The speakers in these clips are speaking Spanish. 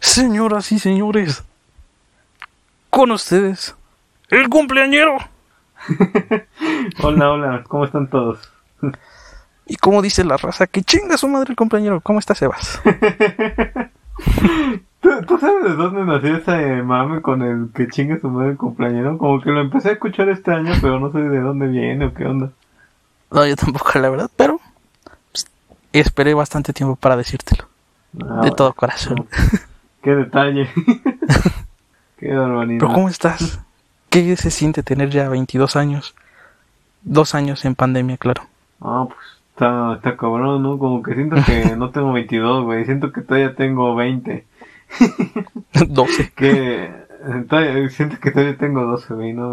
Señoras y señores, con ustedes, el cumpleañero. Hola, hola, ¿cómo están todos? Y como dice la raza, que chinga su madre el cumpleañero. ¿Cómo estás, Sebas? ¿Tú sabes de dónde nació ese mame con el que chingue su madre el cumpleañero? Como que lo empecé a escuchar este año, pero no sé de dónde viene o qué onda. No, yo tampoco, la verdad, pero pues, esperé bastante tiempo para decírtelo. De todo Bueno, corazón. qué detalle. Qué Pero barbaridad. ¿cómo estás? ¿Qué se siente tener ya 22 años? 2 años en pandemia, claro. Pues está cabrón, ¿no? Como que siento que no tengo 22, güey. Siento que todavía tengo 20. 12. Siento que todavía tengo 12, güey, ¿no?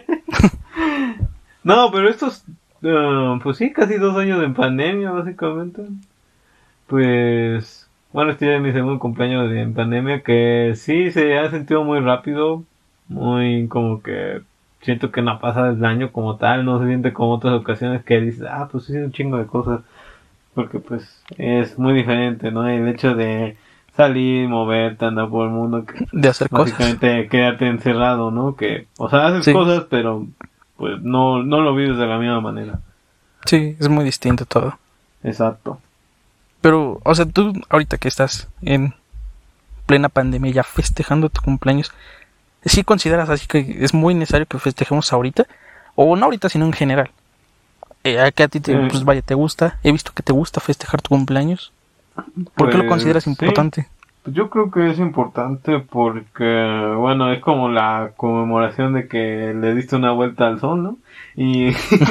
No, pero pues sí, casi 2 años en pandemia, básicamente. Pues, bueno, este ya es mi segundo cumpleaños en pandemia, que sí se ha sentido muy rápido, muy como que siento que no pasa el año como tal, no se siente como otras ocasiones que dices, pues sí, un chingo de cosas, porque pues es muy diferente, ¿no? El hecho de salir, moverte, andar por el mundo, que De pues hacer cosas. básicamente quedarte encerrado, ¿no? Que, o sea, haces Sí, cosas, pero pues no lo vives de la misma manera. sí, es muy distinto todo. Exacto. Pero, o sea, tú ahorita que estás en plena pandemia ya festejando tu cumpleaños, ¿sí consideras así que es muy necesario que festejemos ahorita? O no ahorita, sino en general. ¿A que a ti Eh, pues vaya, te gusta? He visto que te gusta festejar tu cumpleaños. ¿Por qué lo pues consideras sí. importante? Yo creo que es importante porque, bueno, es como la conmemoración de que le diste una vuelta al sol, ¿no? Y,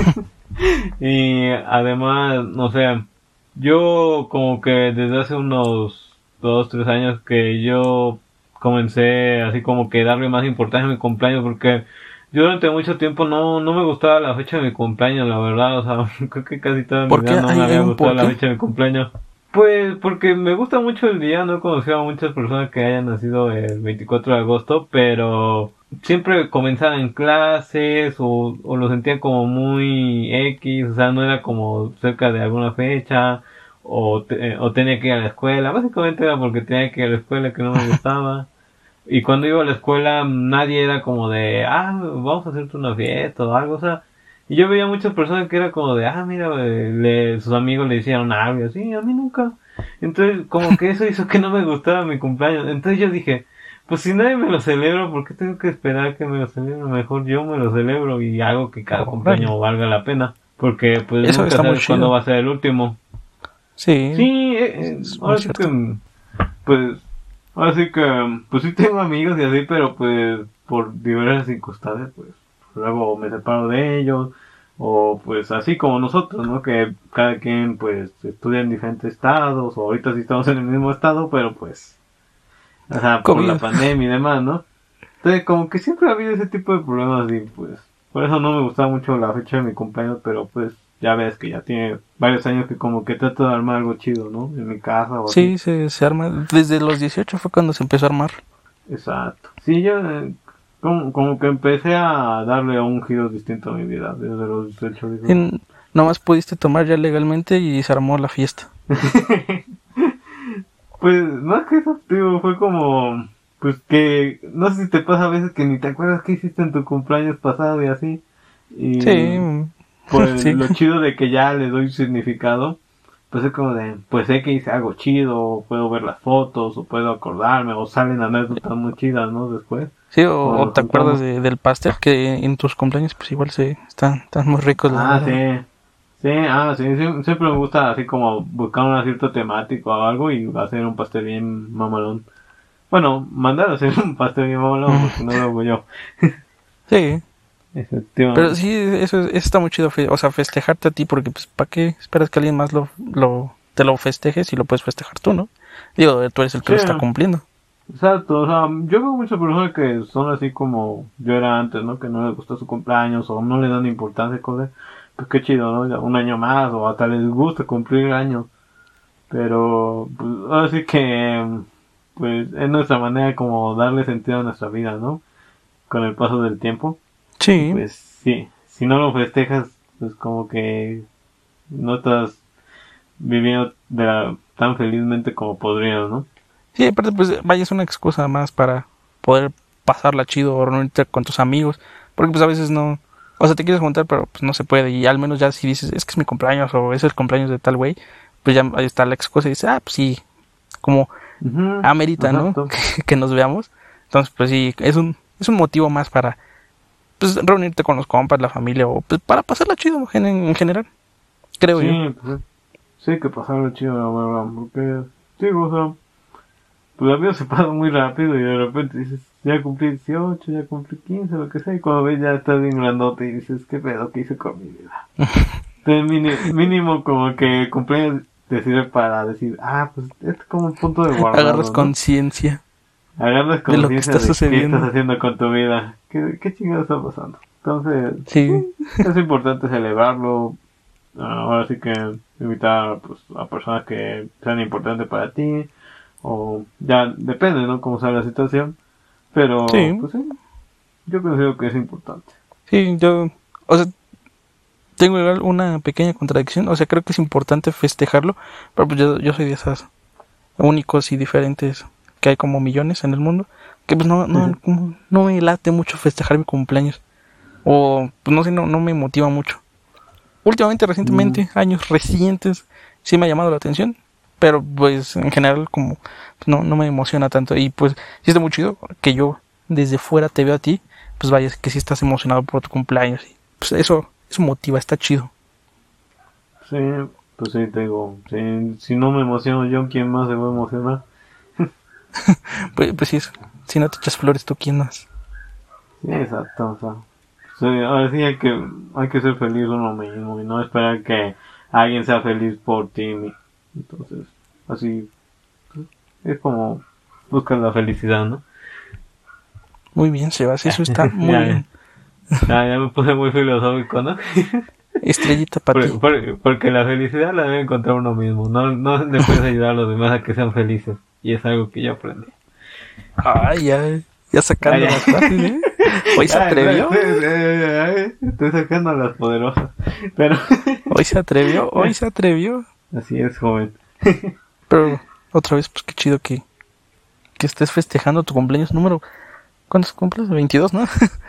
y además, no sé, yo como que desde hace unos 2, 3 años que yo comencé así como que darle más importancia a mi cumpleaños porque yo durante mucho tiempo no me gustaba la fecha de mi cumpleaños, la verdad, o sea, creo que casi toda mi ¿Por vida qué? no me ¿Hay había un gustado por la qué? fecha de mi cumpleaños. Pues porque me gusta mucho el día, no he conocido a muchas personas que hayan nacido el 24 de agosto, pero siempre comenzaba en clases o lo sentía como muy X, o sea, no era como cerca de alguna fecha o tenía que ir a la escuela, básicamente era porque tenía que ir a la escuela que no me gustaba. Y cuando iba a la escuela nadie era como de, vamos a hacerte una fiesta o algo, o sea, y yo veía muchas personas que era como de, mira, sus amigos le hicieron algo, y así, a mí nunca. Entonces, como que eso hizo que no me gustara mi cumpleaños. Entonces yo dije, pues si nadie me lo celebra, ¿por qué tengo que esperar que me lo celebren? Mejor yo me lo celebro y hago que cada Órale. cumpleaños valga la pena. Porque pues Eso nunca está muy sabes cuándo chido. va a ser el último. Sí, Sí, es muy ahora sí que cierto. pues, así que, pues sí tengo amigos y así, pero pues por diversas circunstancias, pues luego me separo de ellos, o pues así como nosotros, ¿no? Que cada quien pues estudia en diferentes estados, o ahorita sí estamos en el mismo estado, pero pues, o sea, por la COVID. pandemia y demás, ¿no? Entonces como que siempre ha habido ese tipo de problemas y pues, por eso no me gustaba mucho la fecha de mi cumpleaños, pero pues ya ves que ya tiene varios años que como que trato de armar algo chido, ¿no? En mi casa o así. Sí, se arma. Desde los 18 fue cuando se empezó a armar. Exacto. Sí, yo como que empecé a darle un giro distinto a mi vida desde los 18 digo. Nomás pudiste tomar ya legalmente y se armó la fiesta. Pues más que eso, tío, fue como, pues que, no sé si te pasa a veces que ni te acuerdas qué hiciste en tu cumpleaños pasado y así. Sí, Y pues sí. lo chido de que ya le doy significado, pues es como de, pues sé que hice algo chido, o puedo ver las fotos, o puedo acordarme, o salen anécdotas muy chidas, ¿no? Después, Sí, o, cuando o nos te acuerdas juntamos. del pastel que en tus cumpleaños pues igual están muy ricos, la Ah, sí. verdad. Sí, siempre me gusta así como buscar una cierta temática o algo y hacer un pastel bien mamalón. Bueno, mandar a hacer un pastel bien mamalón Mm, porque no lo hago yo. sí, pero Efectivamente. sí, eso está muy chido, o sea, festejarte a ti, porque pues ¿para qué esperas que alguien más te lo festeje si lo puedes festejar tú, ¿no? Digo, tú eres el que Sí, lo está cumpliendo. exacto. O sea, yo veo muchas personas que son así como yo era antes, ¿no? Que no les gusta su cumpleaños o no le dan importancia a cosas. Pues qué chido, ¿no? Ya un año más o hasta les gusta cumplir años. Pero, pues, ahora sí que, pues, es nuestra manera como darle sentido a nuestra vida, ¿no? Con el paso del tiempo. Y Sí, pues sí, si no lo festejas, pues como que no estás viviendo tan felizmente como podrías, ¿no? Sí, aparte, pues vaya, es una excusa más para poder pasarla chido o reunirte con tus amigos. Porque pues a veces no. O sea, te quieres juntar, pero pues no se puede. Y al menos ya si dices, es que es mi cumpleaños o es el cumpleaños de tal güey, pues ya ahí está la excusa y dices, ah, pues sí, como Ujú, amerita, ¿no? exacto. Que nos veamos. Entonces, pues sí, es un motivo más para pues reunirte con los compas, la familia o pues para pasarla chido en general, creo Sí, yo. pues sí hay que pasarlo chido, la verdad, porque, sí, o sea, pues la vida se pasa muy rápido y de repente dices, ya cumplí 18, ya cumplí 15, lo que sea, y cuando ves ya estás bien grandote y dices, ¿qué pedo que hice con mi vida? Entonces mínimo como que cumpleaños te sirve para decir, ah, pues es como un punto de Agarras guardado, ¿no? conciencia Agarras de lo que conciencia está de qué estás sucediendo. haciendo con tu vida, qué chingado está pasando. Entonces, Sí, es importante celebrarlo. Ahora sí que invitar pues, a personas que sean importantes para ti, o ya depende, ¿no? Cómo sea la situación, pero sí, pues sí, yo considero que es importante. sí, yo, o sea, tengo igual una pequeña contradicción, o sea, creo que es importante festejarlo, pero pues yo soy de esas únicos y diferentes que hay como millones en el mundo, que pues no me late mucho festejar mi cumpleaños, o pues no sé, no me motiva mucho. Últimamente, Mm, recientemente, años recientes, sí me ha llamado la atención, pero pues en general como pues, no me emociona tanto y pues sí está muy chido que yo desde fuera te veo a ti, pues vaya, que sí estás emocionado por tu cumpleaños y pues eso motiva, está chido. sí, pues sí, te digo, si no me emociono yo, ¿quién más se va a emocionar? Pues sí, si no te echas flores, ¿tú quién más? Sí, exacto, o sea, sí, ahora sí hay que ser feliz uno mismo y no esperar que alguien sea feliz por ti. Entonces, así es como buscar la felicidad, ¿no? Muy bien, Sebas, eso está muy Ya, bien. ya me puse muy filosófico, ¿no? Estrellita para ti. Porque la felicidad la debe encontrar uno mismo. No le puedes ayudar a los demás a que sean felices. Y es algo que yo aprendí. Ay, ya Ya, sacando ya. las frases, ¿eh? Hoy se atrevió, Estoy sacando a las poderosas. Pero hoy se atrevió. así es, joven. Pero otra vez, pues qué chido que estés festejando tu cumpleaños número. ¿Cuántos cumples? 22, ¿no?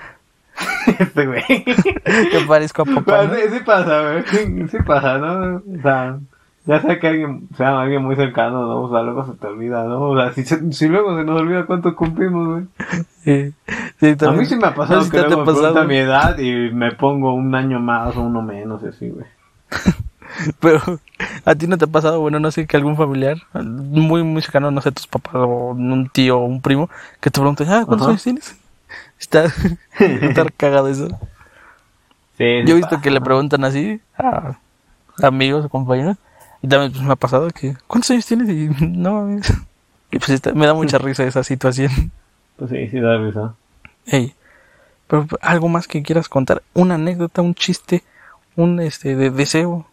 Este güey. Te parezco a papá, Pero ¿no? sí pasa, güey. Sí pasa, ¿no? O sea, ya sea que alguien sea alguien muy cercano, ¿no? O sea, luego se te olvida, ¿no? O sea, si luego se nos olvida cuánto cumplimos, güey. Sí, sí, A mí también. sí me ha No sé pasado si que te ha luego me pregunta pasado, mi edad y me pongo un año más o uno menos, y así, güey. pero a ti no te ha pasado, bueno, no sé, que algún familiar muy cercano, no sé, tus papás o un tío o un primo, que te pregunte, ¿cuántos Ajá. años tienes? Está, está cagado eso. Sí, Yo sí he visto que pasa, le ¿no? preguntan así a amigos o compañeros, y también pues, me ha pasado que, ¿cuántos años tienes? Y no mames. Y pues me da mucha risa esa situación. Pues sí, sí da risa. Ey, pero algo más que quieras contar, una anécdota, un chiste, un de deseo,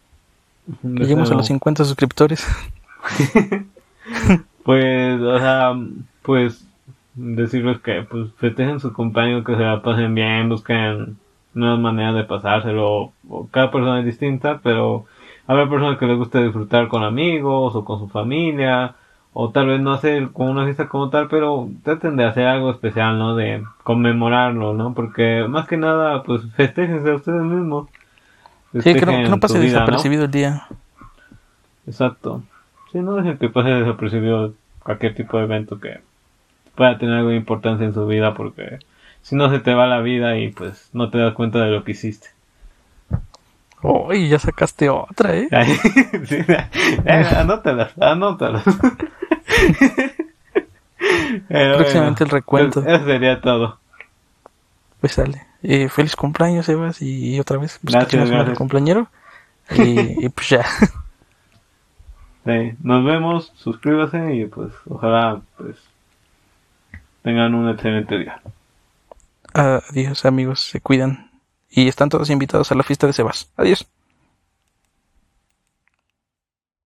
Un que lleguemos a los deseo. 50 suscriptores. Pues, o sea, pues decirles que pues festejen su cumpleaños, que se la pasen bien, busquen nuevas maneras de pasárselo. O cada persona es distinta, pero habrá personas que les gusta disfrutar con amigos o con su familia, o tal vez no hacer como una fiesta como tal, pero traten de hacer algo especial, ¿no? De conmemorarlo, ¿no? Porque más que nada, pues festéjense a ustedes mismos, Sí, que no festejen su pase vida, ¿no? desapercibido el día. Exacto. Sí, no dejen que pase desapercibido cualquier tipo de evento que pueda tener algo de importancia en su vida, porque si no se te va la vida y pues no te das cuenta de lo que hiciste. Uy, ya sacaste otra, ¿eh? Sí, anótalas, anótalas. Pero bueno, Próximamente el pues recuento. eso sería todo. Pues sale. Feliz cumpleaños, Evas, y otra vez, pues que Gracias, chingas más el gracias. compañero. Y pues ya. Sí, nos vemos, suscríbase y pues ojalá pues tengan un excelente día. Adiós, amigos, se cuidan. Y están todos invitados a la fiesta de Sebas. Adiós.